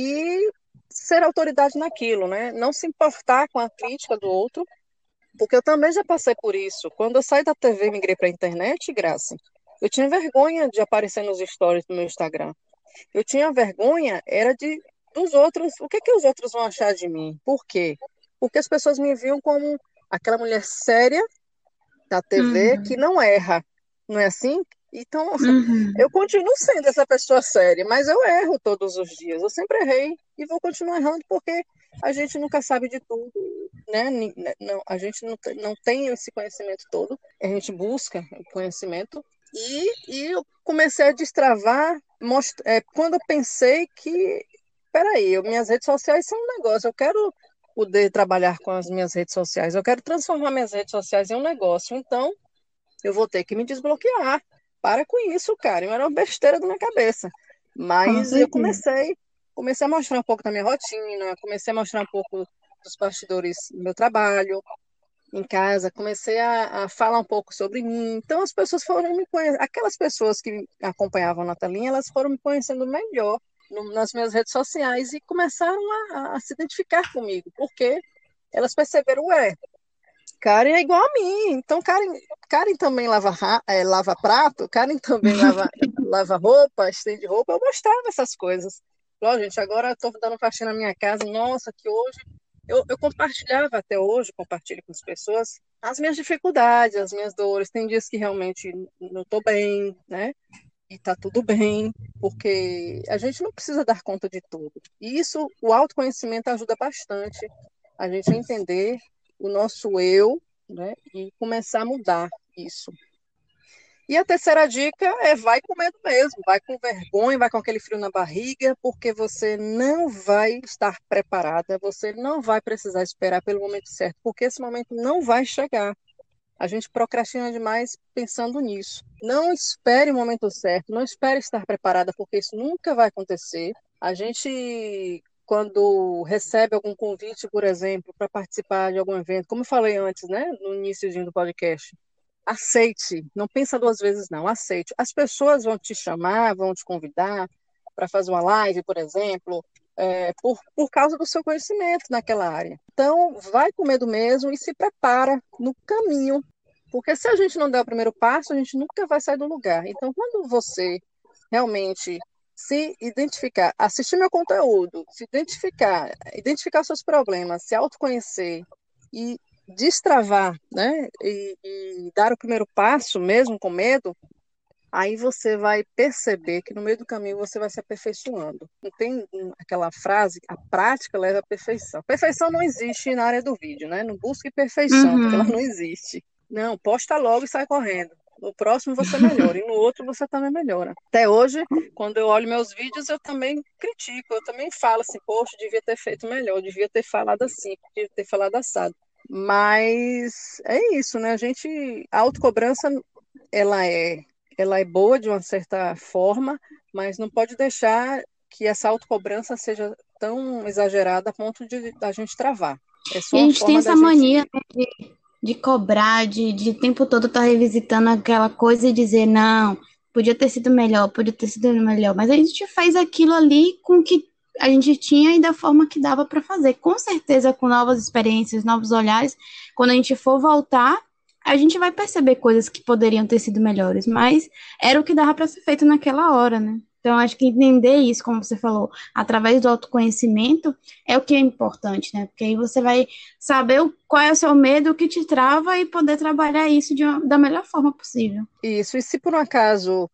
e ser autoridade naquilo, né? Não se importar com a crítica do outro, porque eu também já passei por isso. Quando eu saí da T V e migrei para a internet, Graça, eu tinha vergonha de aparecer nos stories do meu Instagram. Eu tinha vergonha, era de dos outros, o que que os outros vão achar de mim? Por quê? Porque as pessoas me viam como aquela mulher séria da T V que Uhum. não erra, não é assim? Então, Uhum. eu continuo sendo essa pessoa séria, mas eu erro todos os dias. Eu sempre errei e vou continuar errando porque a gente nunca sabe de tudo, né? Não, a gente não, não tem esse conhecimento todo, a gente busca o conhecimento. E, e eu comecei a destravar most, é, quando eu pensei que, peraí, eu, minhas redes sociais são um negócio, eu quero poder trabalhar com as minhas redes sociais, eu quero transformar minhas redes sociais em um negócio, então eu vou ter que me desbloquear. Para com isso, cara, era uma besteira da minha cabeça. Com Mas eu certeza. comecei, comecei a mostrar um pouco da minha rotina, comecei a mostrar um pouco dos bastidores do meu trabalho em casa, comecei a, a falar um pouco sobre mim. Então, as pessoas foram me conhecendo, aquelas pessoas que acompanhavam a Natalinha, elas foram me conhecendo melhor no, nas minhas redes sociais e começaram a, a se identificar comigo, porque elas perceberam, ué, Karen é igual a mim, então Karen, Karen também lava, ra- eh, lava prato, Karen também lava, lava roupa, estende roupa, eu mostrava essas coisas. Ó, gente, agora eu estou dando faxina na minha casa, nossa, que hoje eu, eu compartilhava até hoje, compartilho com as pessoas as minhas dificuldades, as minhas dores. Tem dias que realmente não estou bem, né? E tá tudo bem, porque a gente não precisa dar conta de tudo. E isso, o autoconhecimento ajuda bastante a gente a entender o nosso eu, né? E começar a mudar isso. E a terceira dica é vai com medo mesmo, vai com vergonha, vai com aquele frio na barriga, porque você não vai estar preparada, você não vai precisar esperar pelo momento certo, porque esse momento não vai chegar. A gente procrastina demais pensando nisso. Não espere o momento certo, não espere estar preparada, porque isso nunca vai acontecer. A gente, quando recebe algum convite, por exemplo, para participar de algum evento, como eu falei antes, né, no início do podcast, aceite, não pensa duas vezes não, aceite. As pessoas vão te chamar, vão te convidar para fazer uma live, por exemplo, é, por, por causa do seu conhecimento naquela área. Então, vai com medo mesmo e se prepara no caminho, porque se a gente não der o primeiro passo, a gente nunca vai sair do lugar. Então, quando você realmente se identificar, assistir meu conteúdo, se identificar, identificar seus problemas, se autoconhecer e destravar, né, e, e dar o primeiro passo, mesmo com medo, aí você vai perceber que no meio do caminho você vai se aperfeiçoando. Não tem aquela frase, a prática leva à perfeição. Perfeição não existe na área do vídeo, né? Não busque perfeição, porque ela Uhum. não existe. Não, posta logo e sai correndo. No próximo você melhora e no outro você também melhora. Até hoje, quando eu olho meus vídeos, eu também critico, eu também falo assim, poxa, devia ter feito melhor, devia ter falado assim, devia ter falado assado. Mas é isso, né? A gente, a autocobrança, ela é, ela é boa de uma certa forma, mas não pode deixar que essa autocobrança seja tão exagerada a ponto de a gente travar. É E só a uma gente tem forma da essa mania, gente. né, de cobrar, de, de o tempo todo estar revisitando aquela coisa e dizer, não, podia ter sido melhor, podia ter sido melhor. Mas a gente faz aquilo ali com o que a gente tinha e da forma que dava para fazer. Com certeza, com novas experiências, novos olhares, quando a gente for voltar, a gente vai perceber coisas que poderiam ter sido melhores, mas era o que dava para ser feito naquela hora, né? Então, acho que entender isso, como você falou, através do autoconhecimento, é o que é importante, né? Porque aí você vai saber o, qual é o seu medo, o que te trava e poder trabalhar isso de uma- da melhor forma possível. Isso, e se por um acaso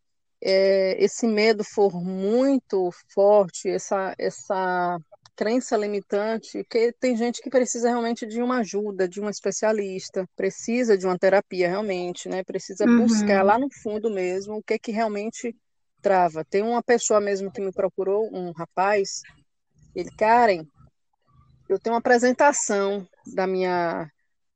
é, esse medo for muito forte, essa, essa crença limitante, que tem gente que precisa realmente de uma ajuda, de um especialista, precisa de uma terapia realmente, né? Precisa buscar Uhum. lá no fundo mesmo o que é que realmente trava. Tem uma pessoa mesmo que me procurou, um rapaz, ele, Karen, eu tenho uma apresentação da minha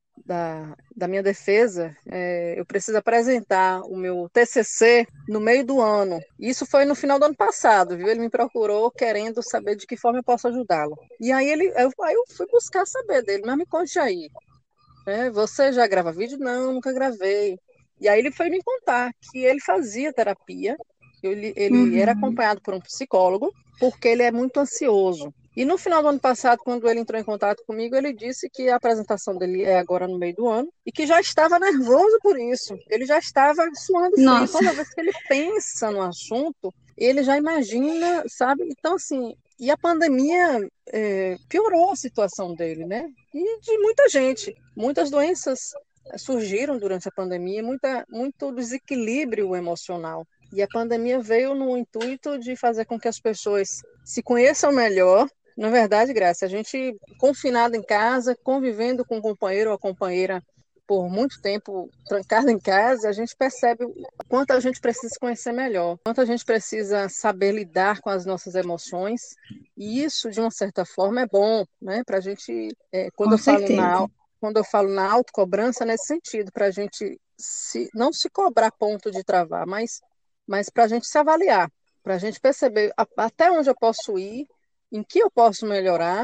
da, da minha defesa, é, eu preciso apresentar o meu T C C no meio do ano. Isso foi no final do ano passado, viu? Ele me procurou querendo saber de que forma eu posso ajudá-lo. E aí ele, eu, aí eu fui buscar saber dele, mas me conte aí, né? Você já grava vídeo? Não, nunca gravei. E aí ele foi me contar que ele fazia terapia, ele, ele era Uhum. acompanhado por um psicólogo, porque ele é muito ansioso. E no final do ano passado, quando ele entrou em contato comigo, ele disse que a apresentação dele é agora no meio do ano e que já estava nervoso por isso. Ele já estava suando frio. Nossa, Toda vez que ele pensa no assunto, ele já imagina, sabe? Então, assim, e a pandemia é, piorou a situação dele, né? E de muita gente. Muitas doenças eh, surgiram durante a pandemia, muita, muito desequilíbrio emocional. E a pandemia veio no intuito de fazer com que as pessoas se conheçam melhor. Na verdade, Graça, a gente confinado em casa, convivendo com o companheiro ou a companheira por muito tempo trancado em casa, a gente percebe o quanto a gente precisa se conhecer melhor, quanto a gente precisa saber lidar com as nossas emoções. E isso, de uma certa forma, é bom, né? Para a gente, é, quando com eu falo na, certeza. quando eu falo na autocobrança, nesse sentido, para a gente se, não se cobrar a ponto de travar, mas, mas para a gente se avaliar, para a gente perceber a, até onde eu posso ir em que eu posso melhorar,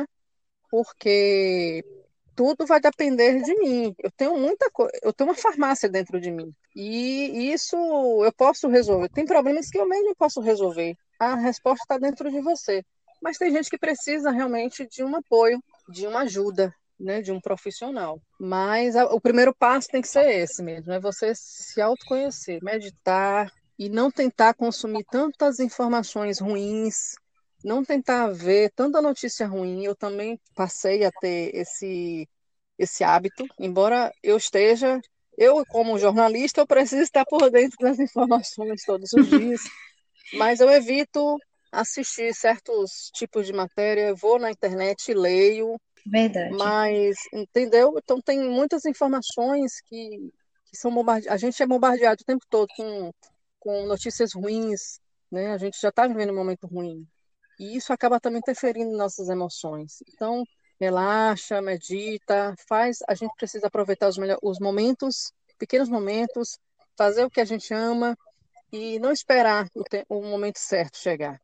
porque tudo vai depender de mim. Eu tenho muita coisa, eu tenho uma farmácia dentro de mim. E isso eu posso resolver. Tem problemas que eu mesmo posso resolver. A resposta está dentro de você. Mas tem gente que precisa realmente de um apoio, de uma ajuda, né, de um profissional. Mas a- o primeiro passo tem que ser esse mesmo, é você se autoconhecer, meditar e não tentar consumir tantas informações ruins, não tentar ver tanta notícia ruim. Eu também passei a ter esse esse hábito, embora eu esteja, eu como jornalista, eu preciso estar por dentro das informações todos os dias, mas eu evito assistir certos tipos de matéria, eu vou na internet e leio, Verdade. mas, entendeu? Então tem muitas informações que, que são bombardeadas, a gente é bombardeado o tempo todo com, com notícias ruins, né? A gente já está vivendo um momento ruim, e isso acaba também interferindo em nossas emoções. Então, relaxa, medita, faz. A gente precisa aproveitar os, melhor, os momentos, pequenos momentos, fazer o que a gente ama e não esperar o, te, o momento certo chegar.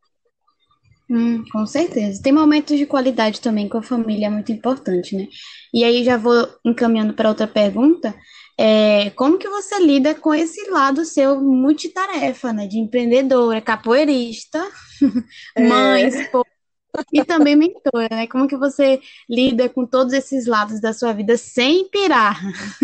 Hum, com certeza. Tem momentos de qualidade também com a família, é muito importante, né? E aí já vou encaminhando para outra pergunta. É, como que você lida com esse lado seu multitarefa, né? De empreendedora, capoeirista, mãe, É, esposa e também mentora, né? Como que você lida com todos esses lados da sua vida sem pirar?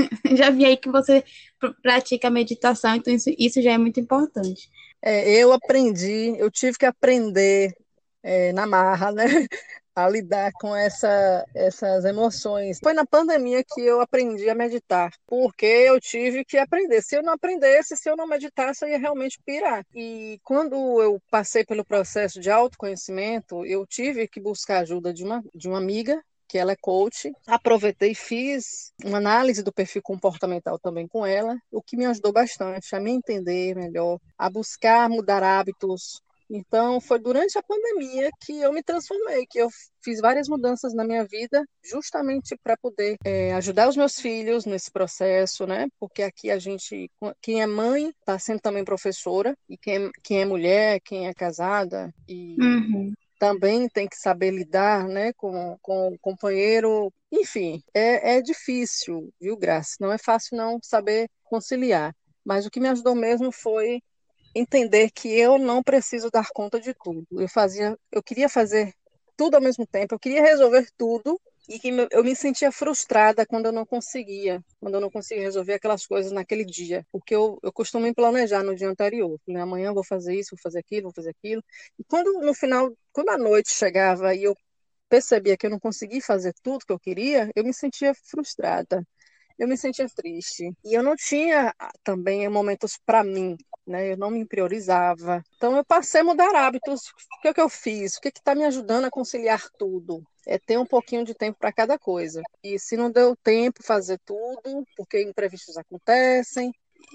Já vi aí que você pr- pratica meditação, então isso, isso já é muito importante. é, eu aprendi, eu tive que aprender é, na marra, né? A lidar com essa, essas emoções. Foi na pandemia que eu aprendi a meditar, porque eu tive que aprender. Se eu não aprendesse, se eu não meditasse, eu ia realmente pirar. E quando eu passei pelo processo de autoconhecimento, eu tive que buscar a ajuda de uma, de uma amiga, que ela é coach. Aproveitei e fiz uma análise do perfil comportamental também com ela, o que me ajudou bastante a me entender melhor, a buscar mudar hábitos. Então, foi durante a pandemia que eu me transformei, que eu fiz várias mudanças na minha vida, justamente para poder é, ajudar os meus filhos nesse processo, né? Porque aqui a gente, quem é mãe, está sendo também professora, e quem é, quem é mulher, quem é casada, e Uhum. também tem que saber lidar, né, com, com o companheiro. Enfim, é, é difícil, viu, Graça? Não é fácil não saber conciliar. Mas o que me ajudou mesmo foi entender que eu não preciso dar conta de tudo. Eu fazia, eu queria fazer tudo ao mesmo tempo, eu queria resolver tudo e que eu me sentia frustrada quando eu não conseguia, quando eu não conseguia resolver aquelas coisas naquele dia, porque eu, eu costumo me planejar no dia anterior. Falei, amanhã eu vou fazer isso, vou fazer aquilo, vou fazer aquilo. E quando no final, quando a noite chegava e eu percebia que eu não conseguia fazer tudo que eu queria, eu me sentia frustrada, eu me sentia triste. E eu não tinha ah, também momentos para mim, né? Eu não me priorizava. Então eu passei a mudar hábitos. O que é que eu fiz? O que está me ajudando a conciliar tudo? É ter um pouquinho de tempo para cada coisa. E se não deu tempo fazer tudo, porque imprevistos acontecem,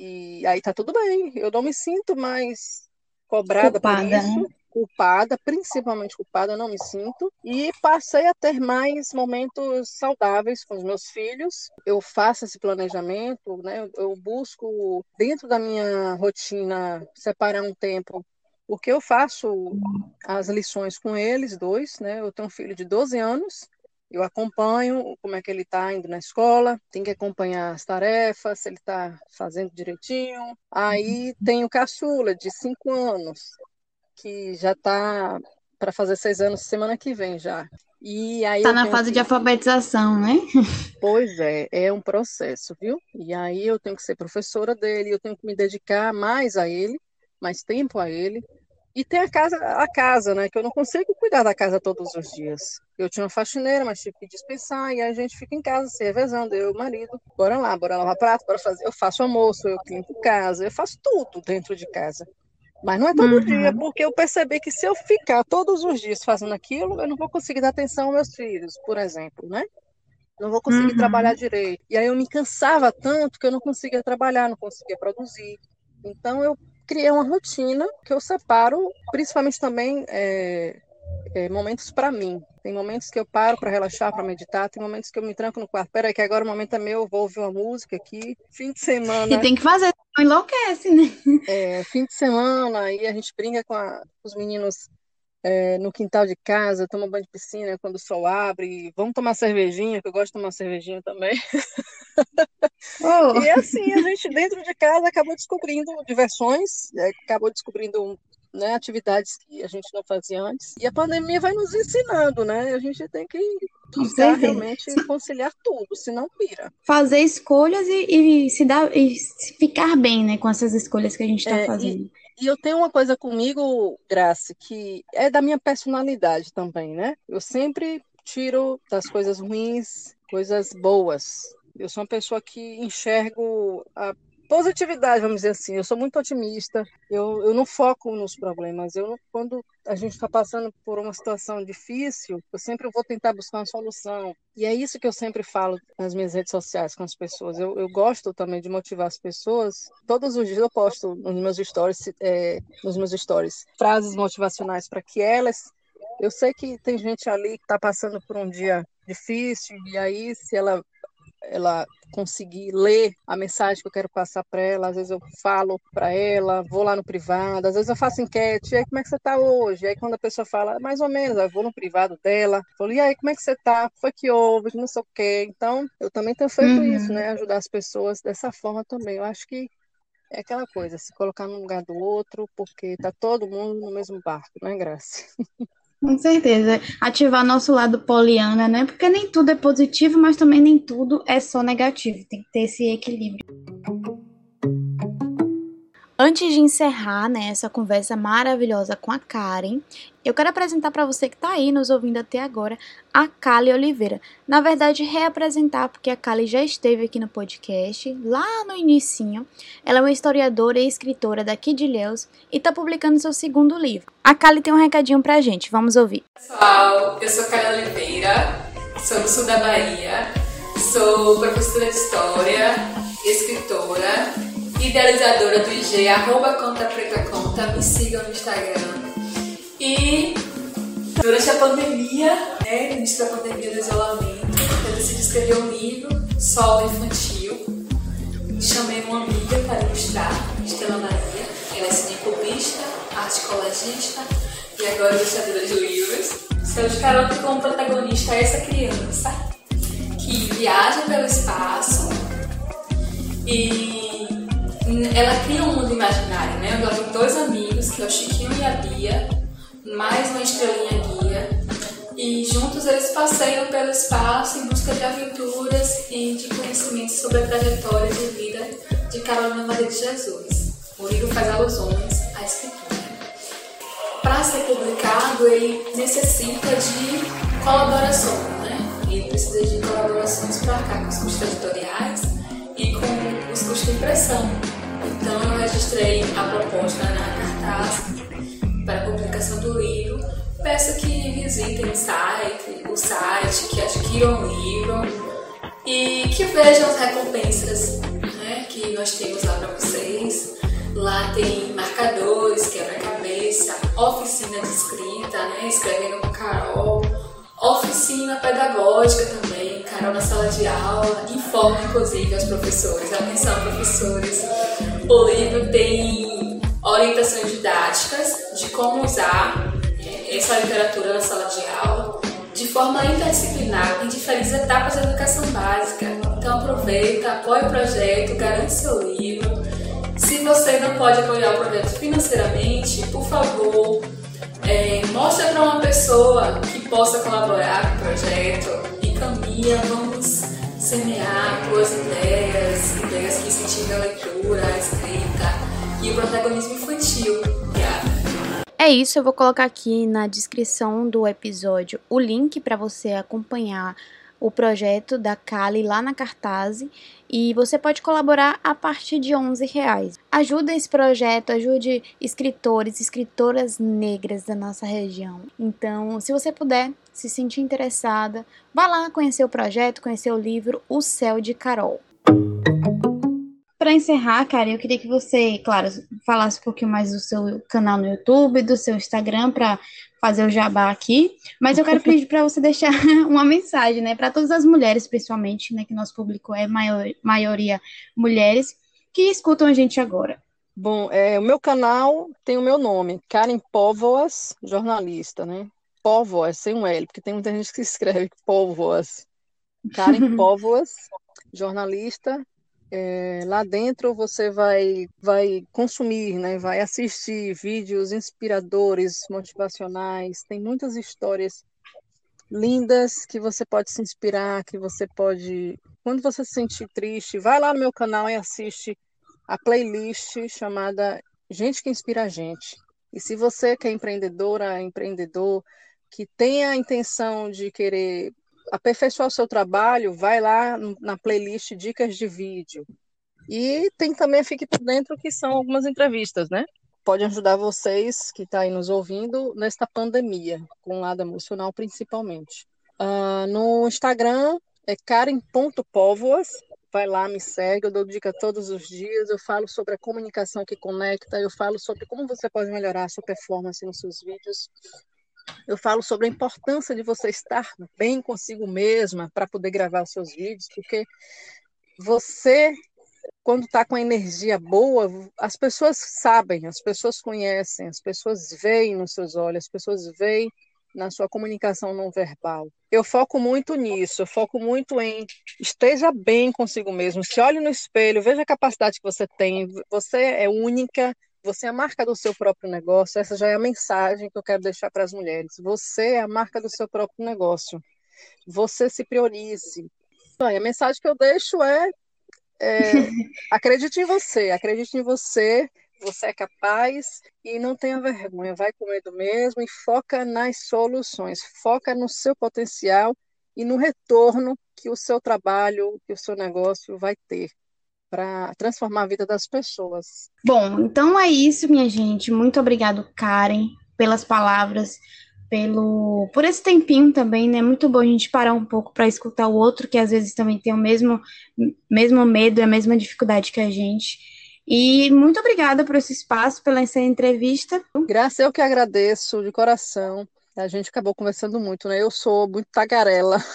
e aí tá tudo bem. Eu não me sinto mais cobrada por Culpada, isso, né? culpada, principalmente culpada, eu não me sinto. E passei a ter mais momentos saudáveis com os meus filhos. Eu faço esse planejamento, né? Eu busco, dentro da minha rotina, separar um tempo, porque eu faço as lições com eles dois, né? Eu tenho um filho de doze anos. Eu acompanho como é que ele está indo na escola, tem que acompanhar as tarefas, se ele está fazendo direitinho. Aí tem o caçula, de cinco anos, que já está para fazer seis anos semana que vem já. E aí Tá eu na tenho fase de que, alfabetização, né? pois é, é um processo, viu? E aí eu tenho que ser professora dele, eu tenho que me dedicar mais a ele, mais tempo a ele. E tem a casa, a casa, né? Que eu não consigo cuidar da casa todos os dias. Eu tinha uma faxineira, mas tive que dispensar, e aí a gente fica em casa se revezando, eu e o marido. Bora lá, bora lavar prato, bora fazer. Eu faço almoço, eu limpo casa, eu faço tudo dentro de casa. Mas não é todo dia, Uhum, porque eu percebi que se eu ficar todos os dias fazendo aquilo, eu não vou conseguir dar atenção aos meus filhos, por exemplo, né? Não vou conseguir trabalhar uhum. direito. E aí eu me cansava tanto que eu não conseguia trabalhar, não conseguia produzir. Então eu criei uma rotina que eu separo, principalmente também é, é, momentos para mim. Tem momentos que eu paro para relaxar, para meditar, tem momentos que eu me tranco no quarto. Peraí, que agora o momento é meu, eu vou ouvir uma música aqui. Fim de E semana tem que fazer, não enlouquece, né? É, fim de semana, aí a gente brinca com, a- com os meninos é, no quintal de casa, toma banho de piscina quando o sol abre, vamos tomar cervejinha, que eu gosto de tomar cervejinha também. Oh, E assim, a gente dentro de casa acabou descobrindo diversões, é, acabou descobrindo, né, atividades que a gente não fazia antes. E a pandemia vai nos ensinando, né? A gente tem que com buscar certeza. realmente conciliar tudo, senão pira. Fazer escolhas e, e se dar e se ficar bem, né, com essas escolhas que a gente está É, e, fazendo. e eu tenho uma coisa comigo, Grace, que é da minha personalidade também, né? Eu sempre tiro das coisas ruins coisas boas. Eu sou uma pessoa que enxergo a positividade, vamos dizer assim. Eu sou muito otimista. Eu, eu não foco nos problemas. Eu, não- quando a gente está passando por uma situação difícil, eu sempre vou tentar buscar uma solução. E é isso que eu sempre falo nas minhas redes sociais com as pessoas. Eu, eu gosto também de motivar as pessoas. Todos os dias eu posto nos meus stories, é, nos meus stories frases motivacionais para que elas. Eu sei que tem gente ali que está passando por um dia difícil, e aí, se ela ela conseguir ler a mensagem que eu quero passar para ela, às vezes eu falo para ela, vou lá no privado, às vezes eu faço enquete, e aí como é que você está hoje? E aí quando a pessoa fala, mais ou menos, eu vou no privado dela, falo, e aí como é que você está? O que foi que houve? Não sei o quê. Então, eu também tenho feito isso, Uhum. né? Ajudar as pessoas dessa forma também. Eu acho que é aquela coisa, se colocar num lugar do outro, porque tá todo mundo no mesmo barco, né, Graça? Com certeza. Ativar nosso lado poliana, né? Porque nem tudo é positivo, mas também nem tudo é só negativo. Tem que ter esse equilíbrio. Antes de encerrar, né, essa conversa maravilhosa com a Karen, eu quero apresentar para você que está aí nos ouvindo até agora a Kali Oliveira. Na verdade, reapresentar, porque a Kali já esteve aqui no podcast, lá no inicinho. Ela é uma historiadora e escritora daqui de Ilhéus e está publicando seu segundo livro. A Kali tem um recadinho pra gente, vamos ouvir. Pessoal, eu sou Kali Oliveira, sou do sul da Bahia, sou professora de História, escritora, idealizadora do I G, arroba Conta Preta Conta, me sigam no Instagram. E durante a pandemia, né, no início da pandemia do isolamento, eu decidi escrever um livro, solo infantil. Chamei uma amiga para ilustrar, Estela Maria. Ela é cineculturista, arte-colagista e agora ilustradora de livros. Seu Carol como protagonista essa criança que viaja pelo espaço e ela cria um mundo imaginário, né? Onde ela tem dois amigos, que é o Chiquinho e a Bia, mais uma estrelinha guia, e juntos eles passeiam pelo espaço em busca de aventuras e de conhecimentos sobre a trajetória de vida de Carolina Maria de Jesus. O livro faz alusões à escritura. Para ser publicado, ele necessita de colaborações, né? Ele precisa de colaborações para arcar com os custos editoriais e com os custos de impressão. Então eu registrei a proposta na cartaz para a publicação do livro. Peço que visitem o site, o site, que adquiram o livro e que vejam as recompensas, né, que nós temos lá para vocês. Lá tem marcadores, quebra-cabeça, oficina de escrita, né, escrevendo com Carol, oficina pedagógica também, Carol na sala de aula, informa inclusive aos professores. Atenção, professores, o livro tem orientações didáticas de como usar essa literatura na sala de aula de forma interdisciplinar em diferentes etapas da educação básica. Então aproveita, apoie o projeto, garante seu livro. Se você não pode apoiar o projeto financeiramente, por favor, é, mostre para uma pessoa que possa colaborar com o projeto e caminha, vamos semear boas ideias, ideias que incentivem a leitura, a escrita e o protagonismo infantil. Obrigada. É isso, eu vou colocar aqui na descrição do episódio o link para você acompanhar o projeto da Kali lá na Cartaz e você pode colaborar a partir de onze reais. Ajude esse projeto, ajude escritores, escritoras negras da nossa região. Então, se você puder, se sentir interessada, vá lá conhecer o projeto, conhecer o livro O Céu de Carol. Para encerrar, cara, eu queria que você, claro, falasse um pouquinho mais do seu canal no YouTube, do seu Instagram, para fazer o jabá aqui, mas eu quero pedir para você deixar uma mensagem, né, para todas as mulheres, principalmente, né, que nosso público é maior, maioria mulheres, que escutam a gente agora. Bom, é, o meu canal tem o meu nome, Karen Póvoas, jornalista, né? Póvoas, sem um L, porque tem muita gente que escreve Póvoas. Karen Póvoas, jornalista. É, lá dentro você vai, vai consumir, né? Vai assistir vídeos inspiradores, motivacionais. Tem muitas histórias lindas que você pode se inspirar, que você pode... Quando você se sentir triste, vai lá no meu canal e assiste a playlist chamada Gente que Inspira a Gente. E se você que é empreendedora, empreendedor, que tem a intenção de querer aperfeiçoar o seu trabalho, vai lá na playlist Dicas de Vídeo. E tem também a Fique Por Dentro, que são algumas entrevistas, né? Pode ajudar vocês que estão aí nos ouvindo nesta pandemia, com o lado emocional principalmente. Uh, no Instagram é karen ponto póvoas. Vai lá, me segue, eu dou dica todos os dias, eu falo sobre a comunicação que conecta, eu falo sobre como você pode melhorar a sua performance nos seus vídeos, eu falo sobre a importância de você estar bem consigo mesma para poder gravar os seus vídeos, porque você, quando está com a energia boa, as pessoas sabem, as pessoas conhecem, as pessoas veem nos seus olhos, as pessoas veem na sua comunicação não verbal. Eu foco muito nisso, eu foco muito em esteja bem consigo mesmo, se olhe no espelho, veja a capacidade que você tem, você é única, você é a marca do seu próprio negócio, essa já é a mensagem que eu quero deixar para as mulheres, você é a marca do seu próprio negócio, você se priorize. Então, a mensagem que eu deixo é, é acredite em você, acredite em você, você é capaz e não tenha vergonha, vai com medo mesmo e foca nas soluções, foca no seu potencial e no retorno que o seu trabalho, que o seu negócio vai ter para transformar a vida das pessoas. Bom, então é isso, minha gente. Muito obrigado, Karen, pelas palavras, pelo por esse tempinho também, né? Muito bom a gente parar um pouco para escutar o outro, que às vezes também tem o mesmo, mesmo medo e a mesma dificuldade que a gente. E muito obrigada por esse espaço, pela essa entrevista. Graça, eu que agradeço de coração. A gente acabou conversando muito, né? Eu sou muito tagarela.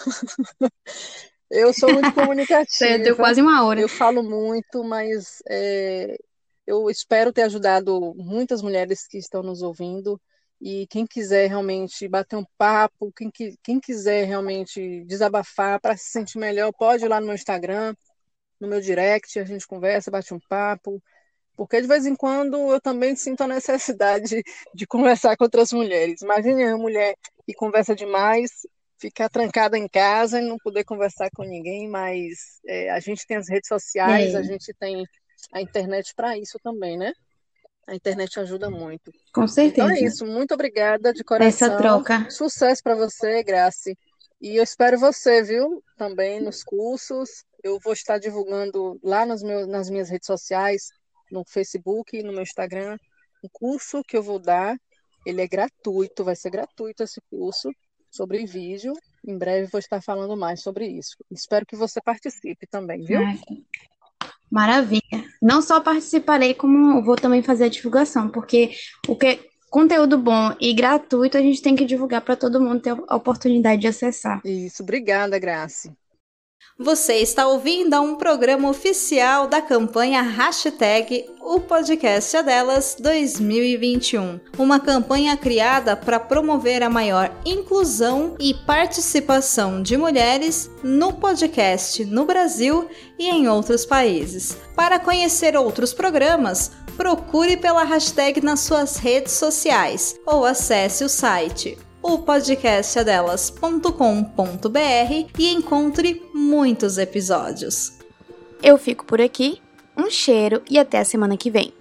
Eu sou muito comunicativa. Deu quase uma hora. Eu falo muito, mas é, eu espero ter ajudado muitas mulheres que estão nos ouvindo. E quem quiser realmente bater um papo, quem, quem quiser realmente desabafar para se sentir melhor, pode ir lá no meu Instagram, no meu direct, a gente conversa, bate um papo, porque de vez em quando eu também sinto a necessidade de conversar com outras mulheres. Imagine uma mulher que conversa demais, ficar trancada em casa e não poder conversar com ninguém, mas é, a gente tem as redes sociais, é. a gente tem a internet para isso também, né? A internet ajuda muito. Com certeza. Então é isso, muito obrigada de coração. Essa troca. Sucesso para você, Grace. E eu espero você, viu? Também nos cursos. Eu vou estar divulgando lá nos meus, nas minhas redes sociais, no Facebook e no meu Instagram, um curso que eu vou dar. Ele é gratuito, vai ser gratuito esse curso sobre vídeo. Em breve vou estar falando mais sobre isso. Espero que você participe também, viu? Ai, maravilha. Não só participarei, como vou também fazer a divulgação, porque o que conteúdo bom e gratuito a gente tem que divulgar para todo mundo ter a oportunidade de acessar. Isso, obrigada, Grace. Você está ouvindo a um programa oficial da campanha hashtag O Podcast é Delas dois mil e vinte e um, uma campanha criada para promover a maior inclusão e participação de mulheres no podcast no Brasil e em outros países. Para conhecer outros programas, procure pela hashtag nas suas redes sociais ou acesse o site o podcast é delas ponto com ponto b r e encontre muitos episódios. Eu fico por aqui, um cheiro e até a semana que vem.